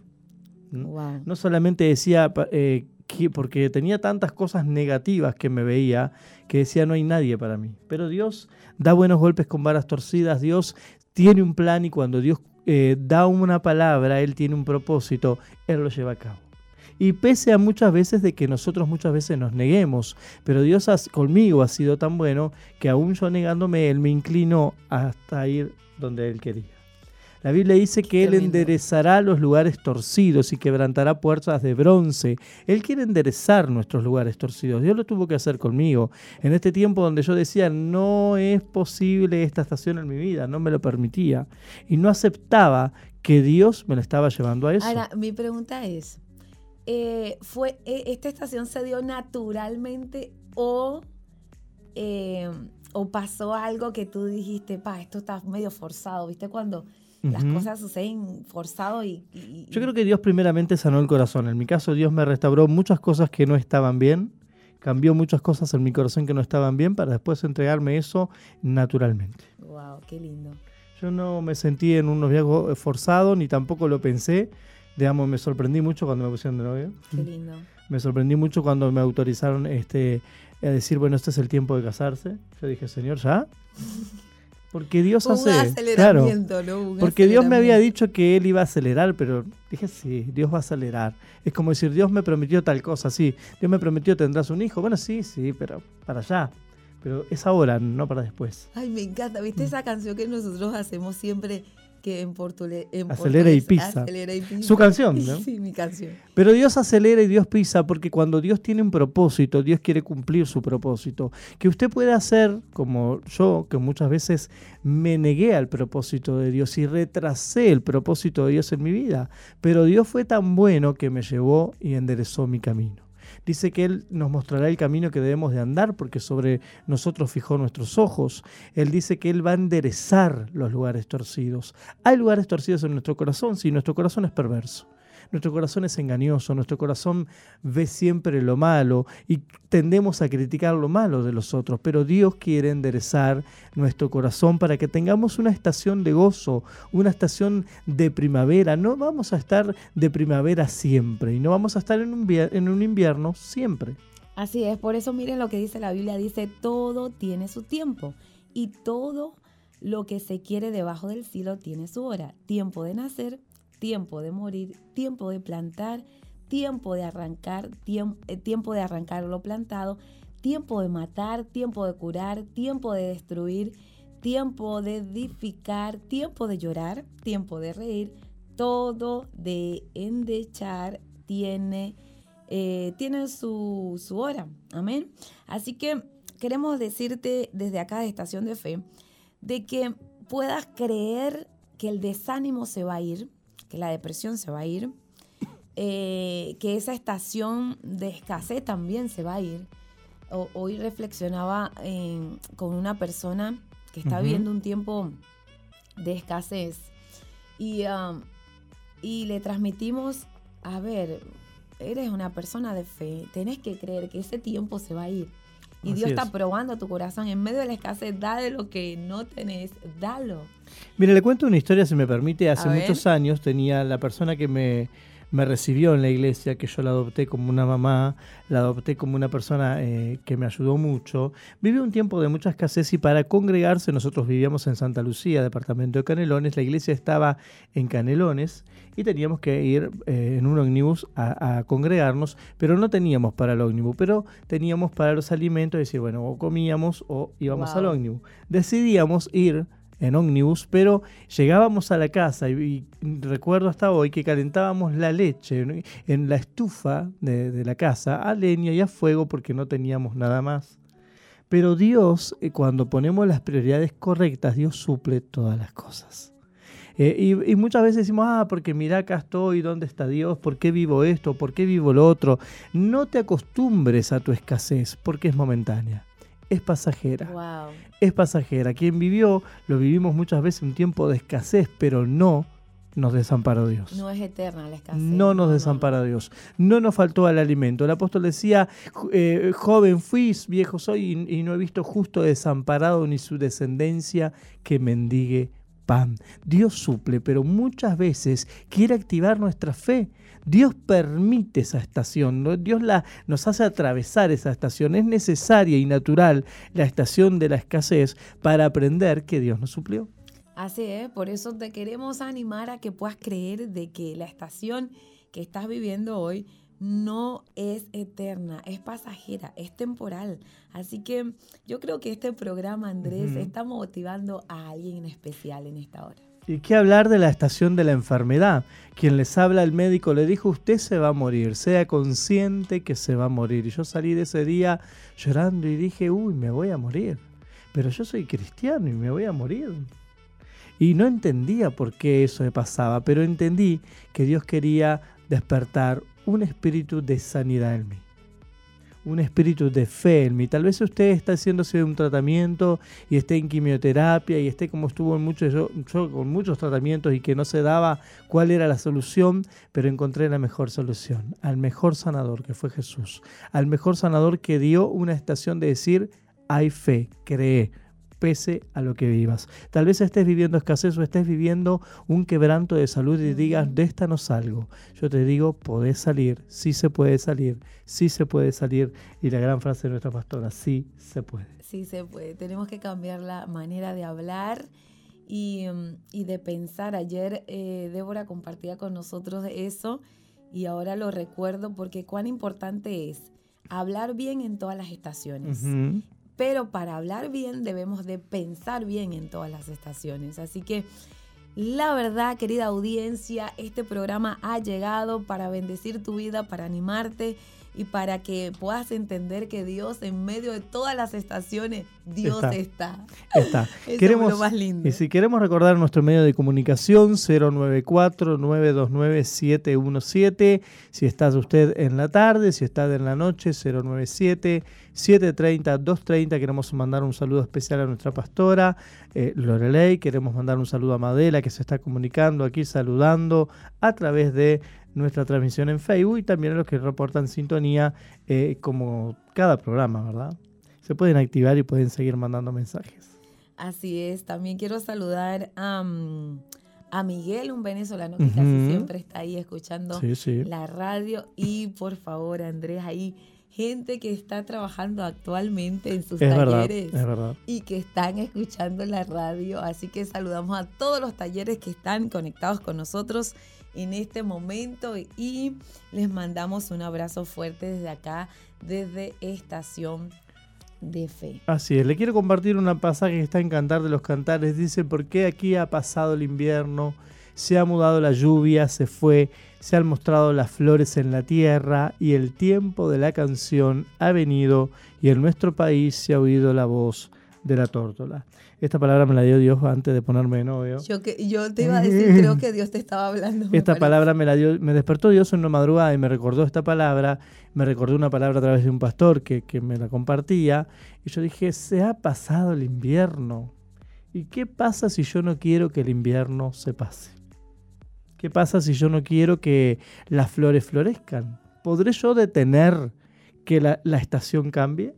Speaker 2: Wow.
Speaker 3: No solamente decía... Eh, que porque tenía tantas cosas negativas que me veía, que decía no hay nadie para mí. Pero Dios da buenos golpes con varas torcidas, Dios tiene un plan y cuando Dios eh, da una palabra, Él tiene un propósito, Él lo lleva a cabo. Y pese a muchas veces de que nosotros muchas veces nos neguemos, pero Dios has, conmigo ha sido tan bueno que aún yo negándome, Él me inclinó hasta ir donde Él quería. La Biblia dice que Él enderezará los lugares torcidos y quebrantará puertas de bronce. Él quiere enderezar nuestros lugares torcidos. Dios lo tuvo que hacer conmigo. En este tiempo donde yo decía, no es posible esta estación en mi vida, no me lo permitía. Y no aceptaba que Dios me lo estaba llevando a eso.
Speaker 2: Ahora, mi pregunta es, eh, ¿fue, eh, ¿esta estación se dio naturalmente o eh, o pasó algo que tú dijiste, pa, esto está medio forzado, ¿viste? Cuando
Speaker 3: Uh-huh.
Speaker 2: las cosas suceden forzado y, y...
Speaker 3: Yo creo que Dios primeramente sanó el corazón. En mi caso, Dios me restauró muchas cosas que no estaban bien, cambió muchas cosas en mi corazón que no estaban bien para después entregarme eso naturalmente.
Speaker 2: Wow, qué lindo.
Speaker 3: Yo no me sentí en un noviazgo forzado, ni tampoco lo pensé. Digamos, me sorprendí mucho cuando me pusieron de novio.
Speaker 2: Qué lindo.
Speaker 3: Me sorprendí mucho cuando me autorizaron este, a decir, bueno, este es el tiempo de casarse. Yo dije, Señor, ¿ya? Porque Dios
Speaker 2: un
Speaker 3: hace...
Speaker 2: aceleramiento,
Speaker 3: claro,
Speaker 2: ¿no? Un
Speaker 3: porque Dios me había dicho que Él iba a acelerar, pero dije, sí, Dios va a acelerar. Es como decir, Dios me prometió tal cosa, sí. Dios me prometió tendrás un hijo. Bueno, sí, sí, pero para allá. Pero es ahora, no para después.
Speaker 2: Ay, me encanta. ¿Viste esa canción que nosotros hacemos siempre? Que en portugués...
Speaker 3: Acelera y pisa.
Speaker 2: Acelera y pisa.
Speaker 3: Su canción, ¿no?
Speaker 2: Sí, mi canción.
Speaker 3: Pero Dios acelera y Dios pisa porque cuando Dios tiene un propósito, Dios quiere cumplir su propósito. Que usted puede hacer, como yo, que muchas veces me negué al propósito de Dios y retrasé el propósito de Dios en mi vida. Pero Dios fue tan bueno que me llevó y enderezó mi camino. Dice que Él nos mostrará el camino que debemos de andar porque sobre nosotros fijó nuestros ojos. Él dice que Él va a enderezar los lugares torcidos. Hay lugares torcidos en nuestro corazón, sí, nuestro corazón es perverso. Nuestro corazón es engañoso, nuestro corazón ve siempre lo malo y tendemos a criticar lo malo de los otros, pero Dios quiere enderezar nuestro corazón para que tengamos una estación de gozo, una estación de primavera. No vamos a estar de primavera siempre y no vamos a estar en un, en un invierno siempre.
Speaker 2: Así es, por eso miren lo que dice la Biblia, dice todo tiene su tiempo y todo lo que se quiere debajo del cielo tiene su hora, tiempo de nacer, tiempo de morir, tiempo de plantar, tiempo de arrancar, tiempo, eh, tiempo de arrancar lo plantado, tiempo de matar, tiempo de curar, tiempo de destruir, tiempo de edificar, tiempo de llorar, tiempo de reír, todo de endechar tiene, eh, tiene su, su hora. Amén. Así que queremos decirte desde acá de Estación de Fe, de que puedas creer que el desánimo se va a ir, que la depresión se va a ir, eh, que esa estación de escasez también se va a ir. O, hoy reflexionaba en, con una persona que está uh-huh. viviendo un tiempo de escasez y, um, y le transmitimos, a ver, eres una persona de fe, tenés que creer que ese tiempo se va a ir. Y Así Dios es. Está probando tu corazón. En medio de la escasez, da de lo que no tenés, dalo.
Speaker 3: Mire, le cuento una historia, si me permite. Hace muchos años tenía la persona que me, me recibió en la iglesia, que yo la adopté como una mamá, la adopté como una persona eh, que me ayudó mucho. Vivió un tiempo de mucha escasez y para congregarse, nosotros vivíamos en Santa Lucía, departamento de Canelones. La iglesia estaba en Canelones y teníamos que ir eh, en un ómnibus a, a congregarnos, pero no teníamos para el ómnibus, pero teníamos para los alimentos, es decir, bueno, o comíamos o íbamos wow. al ómnibus. Decidíamos ir en ómnibus, pero llegábamos a la casa y, y recuerdo hasta hoy que calentábamos la leche ¿no? en la estufa de, de la casa a leña y a fuego porque no teníamos nada más. Pero Dios, eh, cuando ponemos las prioridades correctas, Dios suple todas las cosas. Eh, y, y muchas veces decimos, ah, porque mira acá estoy, ¿dónde está Dios? ¿Por qué vivo esto? ¿Por qué vivo lo otro? No te acostumbres a tu escasez porque es momentánea. Es pasajera.
Speaker 2: Wow.
Speaker 3: Es pasajera. Quien vivió, lo vivimos muchas veces un tiempo de escasez, pero no nos desamparó Dios.
Speaker 2: No es eterna la escasez.
Speaker 3: No nos no, desampara no. Dios. No nos faltó el alimento. El apóstol decía, eh, joven fui, viejo soy, y, y no he visto justo desamparado ni su descendencia que mendigue pan. Dios suple, pero muchas veces quiere activar nuestra fe. Dios permite esa estación, ¿no? Dios la, nos hace atravesar esa estación. Es necesaria y natural la estación de la escasez para aprender que Dios nos suplió.
Speaker 2: Así es, por eso te queremos animar a que puedas creer de que la estación que estás viviendo hoy no es eterna, es pasajera, es temporal. Así que yo creo que este programa, Andrés, uh-huh. está motivando a alguien en especial en esta hora.
Speaker 3: ¿Y qué hablar de la estación de la enfermedad? Quien les habla, el médico le dijo, usted se va a morir, sea consciente que se va a morir. Y yo salí de ese día llorando y dije, uy, me voy a morir. Pero yo soy cristiano y me voy a morir. Y no entendía por qué eso me pasaba, pero entendí que Dios quería despertar un espíritu de sanidad en mí. un espíritu de fe en mí. Tal vez usted está haciéndose un tratamiento y esté en quimioterapia y esté como estuvo en muchos, yo, yo con muchos tratamientos y que no se daba cuál era la solución, pero encontré la mejor solución, al mejor sanador que fue Jesús, al mejor sanador que dio una estación de decir, hay fe, cree, pese a lo que vivas. Tal vez estés viviendo escasez o estés viviendo un quebranto de salud y digas, de esta no salgo. Yo te digo, podés salir, sí se puede salir, sí se puede salir. Y la gran frase de nuestra pastora, sí se puede.
Speaker 2: Sí se puede. Tenemos que cambiar la manera de hablar y, y de pensar. Ayer eh, Débora compartía con nosotros eso y ahora lo recuerdo porque cuán importante es hablar bien en todas las estaciones. Uh-huh. Pero para hablar bien debemos de pensar bien en todas las estaciones. Así que la verdad, querida audiencia, este programa ha llegado para bendecir tu vida, para animarte y para que puedas entender que Dios en medio de todas las estaciones, Dios está. Está.
Speaker 3: está.
Speaker 2: Eso
Speaker 3: queremos,
Speaker 2: es lo más lindo.
Speaker 3: Y si queremos recordar nuestro medio de comunicación, cero nueve cuatro, nueve dos nueve, siete uno siete. Si estás usted en la tarde, si estás en la noche, cero nueve siete, siete tres cero, dos tres cero. Queremos mandar un saludo especial a nuestra pastora, eh, Lorelei. Queremos mandar un saludo a Madela, que se está comunicando aquí, saludando a través de nuestra transmisión en Facebook y también a los que reportan sintonía eh, como cada programa, ¿verdad? Se pueden activar y pueden seguir mandando mensajes.
Speaker 2: Así es. También quiero saludar a, um, a Miguel, un venezolano que uh-huh. casi siempre está ahí escuchando sí, sí. la radio. Y por favor, Andrés, ahí gente que está trabajando actualmente en sus
Speaker 3: es
Speaker 2: talleres
Speaker 3: verdad, es verdad.
Speaker 2: y que están escuchando la radio. Así que saludamos a todos los talleres que están conectados con nosotros en este momento y les mandamos un abrazo fuerte desde acá, desde Estación de Fe.
Speaker 3: Así es, le quiero compartir una pasaje que está en Cantar de los Cantares. Dice, ¿por qué aquí ha pasado el invierno? Se ha mudado la lluvia, se fue, se han mostrado las flores en la tierra y el tiempo de la canción ha venido y en nuestro país se ha oído la voz de la tórtola. Esta palabra me la dio Dios antes de ponerme de novio.
Speaker 2: Yo, que, yo te iba a decir, creo que Dios te estaba hablando.
Speaker 3: Esta palabra me la dio, me despertó Dios en una madrugada y me recordó esta palabra, me recordó una palabra a través de un pastor que, que me la compartía, y yo dije, se ha pasado el invierno. ¿Y qué pasa si yo no quiero que el invierno se pase? ¿Qué pasa si yo no quiero que las flores florezcan? ¿Podré yo detener que la, la estación cambie?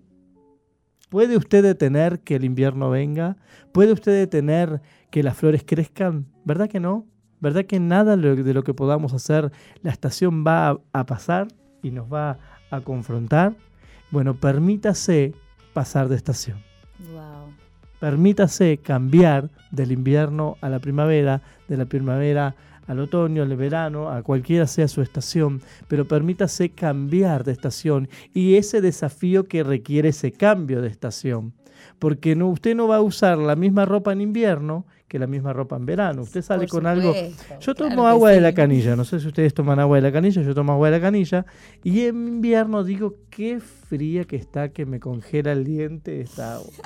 Speaker 3: ¿Puede usted detener que el invierno venga? ¿Puede usted detener que las flores crezcan? ¿Verdad que no? ¿Verdad que nada de lo que podamos hacer, la estación va a, a pasar y nos va a confrontar? Bueno, permítase pasar de estación.
Speaker 2: Wow.
Speaker 3: Permítase cambiar del invierno a la primavera, de la primavera al otoño, al verano, a cualquiera sea su estación, pero permítase cambiar de estación y ese desafío que requiere ese cambio de estación. Porque no, usted no va a usar la misma ropa en invierno que la misma ropa en verano. Usted sale
Speaker 2: Por
Speaker 3: con
Speaker 2: supuesto,
Speaker 3: algo... Yo tomo
Speaker 2: claro
Speaker 3: agua
Speaker 2: sí.
Speaker 3: de la canilla, no sé si ustedes toman agua de la canilla, yo tomo agua de la canilla, y en invierno digo, qué fría que está, que me congela el diente esta agua.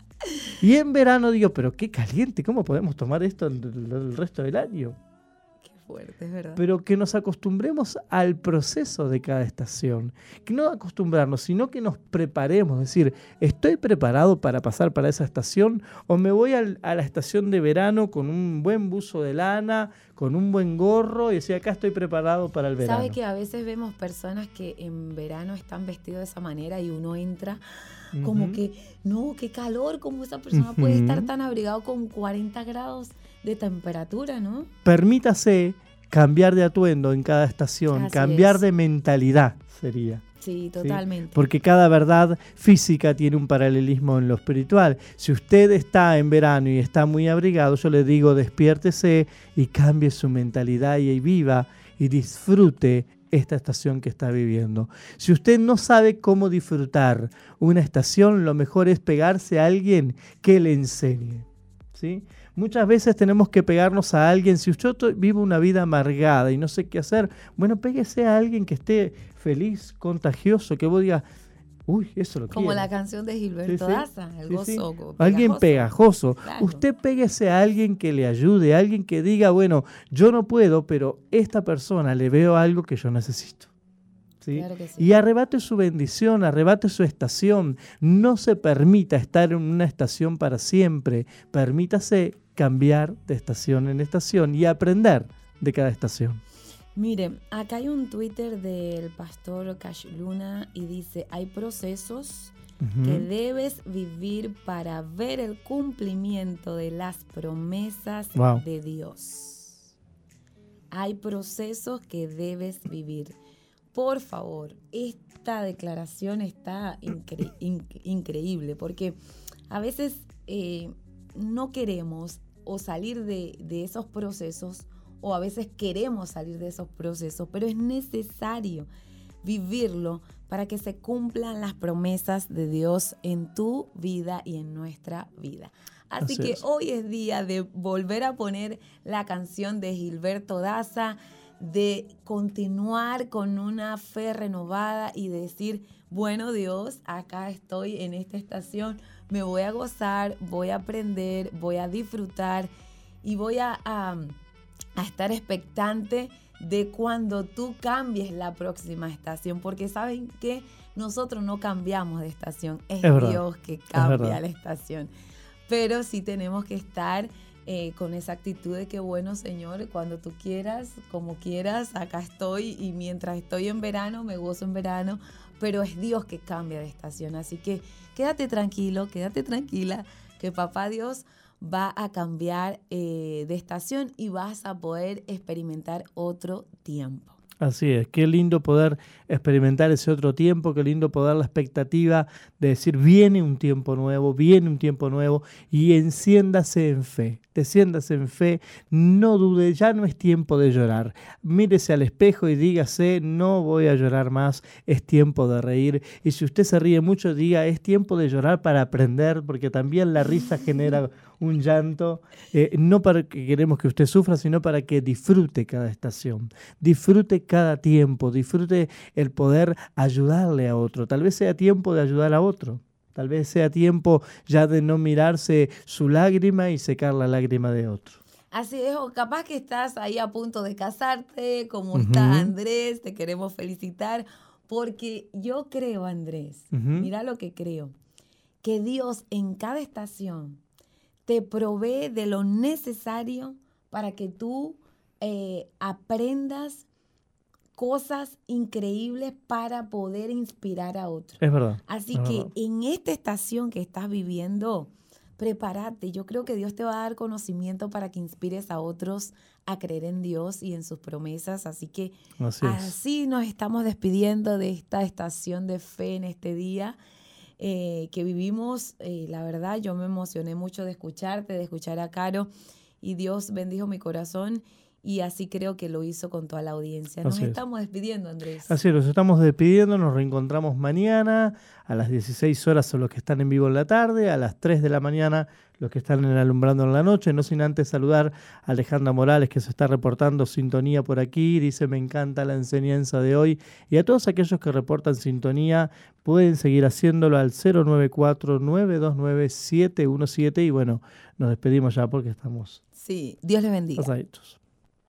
Speaker 3: Y en verano digo, pero qué caliente, ¿cómo podemos tomar esto el, el resto del año?
Speaker 2: Fuerte, es verdad.
Speaker 3: Pero que nos acostumbremos al proceso de cada estación. Que no acostumbrarnos, sino que nos preparemos. Es decir, ¿estoy preparado para pasar para esa estación? ¿O me voy al, a la estación de verano con un buen buzo de lana, con un buen gorro y decir, acá estoy preparado para el verano?
Speaker 2: ¿Sabe que a veces vemos personas que en verano están vestidos de esa manera y uno entra uh-huh. como que, no, qué calor, cómo esa persona uh-huh. puede estar tan abrigado con cuarenta grados de temperatura, ¿no?
Speaker 3: Permítase cambiar de atuendo en cada estación,
Speaker 2: Así
Speaker 3: cambiar
Speaker 2: es.
Speaker 3: de mentalidad sería.
Speaker 2: Sí, totalmente.
Speaker 3: ¿Sí? Porque cada verdad física tiene un paralelismo en lo espiritual. Si usted está en verano y está muy abrigado, yo le digo, despiértese y cambie su mentalidad y viva y disfrute esta estación que está viviendo. Si usted no sabe cómo disfrutar una estación, lo mejor es pegarse a alguien que le enseñe. ¿Sí? Muchas veces tenemos que pegarnos a alguien. Si yo vivo una vida amargada y no sé qué hacer, bueno, péguese a alguien que esté feliz, contagioso, que vos digas, uy, eso lo quiero.
Speaker 2: Como la canción de Gilberto
Speaker 3: sí, sí.
Speaker 2: Daza, el
Speaker 3: sí,
Speaker 2: gozo
Speaker 3: sí.
Speaker 2: pegajoso.
Speaker 3: Alguien pegajoso.
Speaker 2: Claro.
Speaker 3: Usted péguese a alguien que le ayude, a alguien que diga, bueno, yo no puedo, pero esta persona le veo algo que yo necesito. ¿sí?
Speaker 2: Claro que sí.
Speaker 3: Y arrebate su bendición, arrebate su estación. No se permita estar en una estación para siempre. Permítase cambiar de estación en estación y aprender de cada estación.
Speaker 2: Mire, acá hay un Twitter del pastor Cash Luna y dice, hay procesos uh-huh. que debes vivir para ver el cumplimiento de las promesas wow. de Dios. Hay procesos que debes vivir. Por favor, esta declaración está incre- inc- increíble porque a veces eh, no queremos o salir de, de esos procesos o a veces queremos salir de esos procesos, pero es necesario vivirlo para que se cumplan las promesas de Dios en tu vida y en nuestra vida. Así, Así que es. Hoy es día de volver a poner la canción de Gilberto Daza, de continuar con una fe renovada y decir, bueno Dios, acá estoy en esta estación, me voy a gozar, voy a aprender, voy a disfrutar y voy a... a a estar expectante de cuando tú cambies la próxima estación, porque saben que nosotros no cambiamos de estación, es, es Dios que cambia la estación, pero sí tenemos que estar eh, con esa actitud de que bueno Señor, cuando tú quieras, como quieras, acá estoy y mientras estoy en verano, me gozo en verano, pero es Dios que cambia de estación, así que quédate tranquilo, quédate tranquila, que papá Dios va a cambiar eh, de estación y vas a poder experimentar otro tiempo.
Speaker 3: Así es, qué lindo poder experimentar ese otro tiempo, qué lindo poder la expectativa de decir, viene un tiempo nuevo, viene un tiempo nuevo y enciéndase en fe, desciéndase en fe, no dude, ya no es tiempo de llorar, mírese al espejo y dígase, no voy a llorar más, es tiempo de reír y si usted se ríe mucho, diga, es tiempo de llorar para aprender, porque también la risa genera un llanto, eh, no para que queremos que usted sufra, sino para que disfrute cada estación, disfrute cada tiempo, disfrute el poder ayudarle a otro. Tal vez sea tiempo de ayudar a otro, tal vez sea tiempo ya de no mirarse su lágrima y secar la lágrima de otro.
Speaker 2: Así es, o capaz que estás ahí a punto de casarte, como uh-huh. está Andrés, te queremos felicitar, porque yo creo, Andrés, uh-huh. mira lo que creo, que Dios en cada estación te provee de lo necesario para que tú eh, aprendas cosas increíbles para poder inspirar a otros.
Speaker 3: Es verdad.
Speaker 2: Así
Speaker 3: es
Speaker 2: que
Speaker 3: verdad.
Speaker 2: En esta estación que estás viviendo, prepárate. Yo creo que Dios te va a dar conocimiento para que inspires a otros a creer en Dios y en sus promesas. Así que
Speaker 3: así,
Speaker 2: así nos estamos despidiendo de esta estación de fe en este día. Eh, que vivimos, eh, la verdad, yo me emocioné mucho de escucharte, de escuchar a Caro, y Dios bendijo mi corazón, y así creo que lo hizo con toda la audiencia. Nos
Speaker 3: así
Speaker 2: estamos es. despidiendo, Andrés.
Speaker 3: Así es, nos estamos despidiendo, nos reencontramos mañana a las dieciséis horas son los que están en vivo en la tarde, a las tres de la mañana los que están en el Alumbrando en la noche, no sin antes saludar a Alejandra Morales que se está reportando sintonía por aquí, dice me encanta la enseñanza de hoy y a todos aquellos que reportan sintonía pueden seguir haciéndolo al cero nueve cuatro, nueve dos nueve, siete uno siete y bueno, nos despedimos ya porque estamos...
Speaker 2: Sí, Dios les bendiga.
Speaker 3: Pasaditos.